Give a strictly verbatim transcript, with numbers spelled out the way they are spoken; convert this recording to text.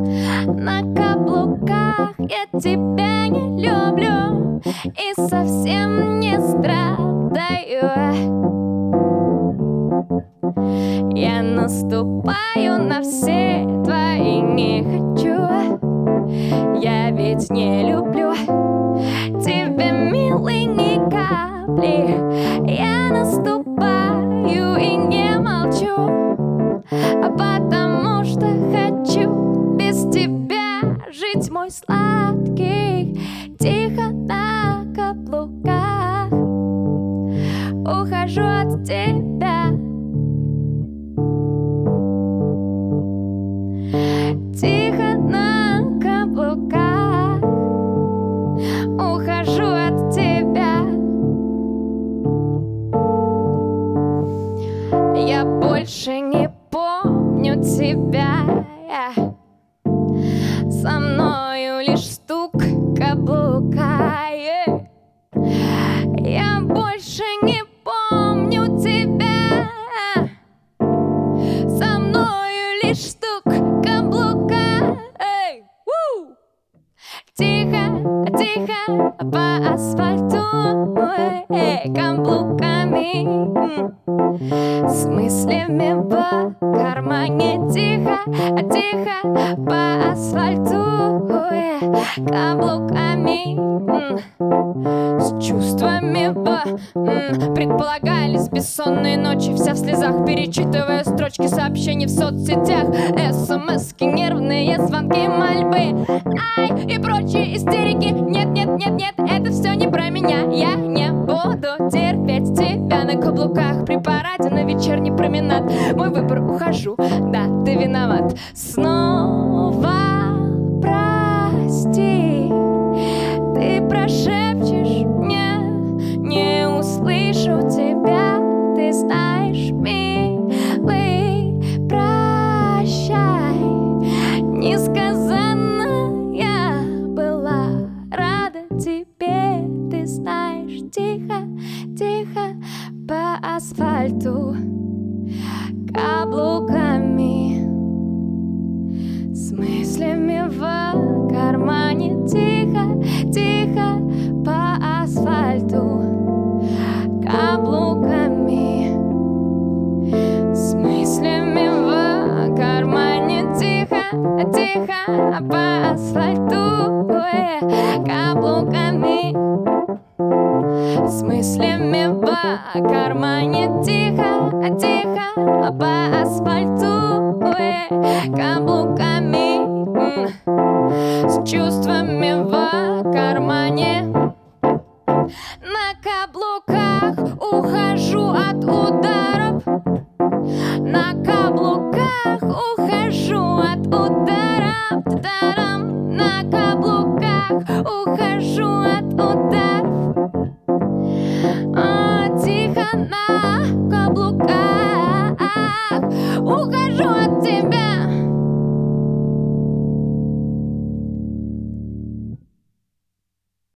На каблуках я тебя не люблю и совсем не страдаю. Я наступаю на все твои не хочу. Я ведь не люблю тебя, милый, ни капли. Я наступаю и не молчу, а потому что хочу без тебя жить, мой сладкий. Тихо на каблуках ухожу от тебя. Тихо на каблуках ухожу от тебя. Я больше не помню тебя. Со мною лишь стук каблука. Я больше не помню тебя. Со мною лишь стук каблука. Эй, у! Тихо, тихо по асфальту, эй, каблуками, с мыслями в кармане. Тихо, тихо по асфальту, эй, каблуками, с чувствами в. Предполагались бессонные ночи, вся в слезах, перечитывая строчки сообщений в соцсетях. СМСки, нервные звонки, мольбы, ай, и прочие истерики. Нет, нет, нет, нет, это все не про меня. Я не буду терпеть тебя на каблуках при параде на вечерний променад. Мой выбор, ухожу, да, ты виноват. Снова прости, ты прошепчешь мне, не услышу тебя. Ты знаешь, милый, прощай. Несказанно я была рада тебе. Ты знаешь, тихо, тихо по асфальту каблуками, с мыслями в кармане. Тихо, тихо по асфальту каблуками, с мыслями в кармане. Тихо, тихо по асфальту, ой, каблуками, с мыслями в кармане. Тихо, тихо по асфальту, ой, каблуками, с чувствами в кармане. На каблуках ухожу от ударов. На каблуках ухожу от ударов.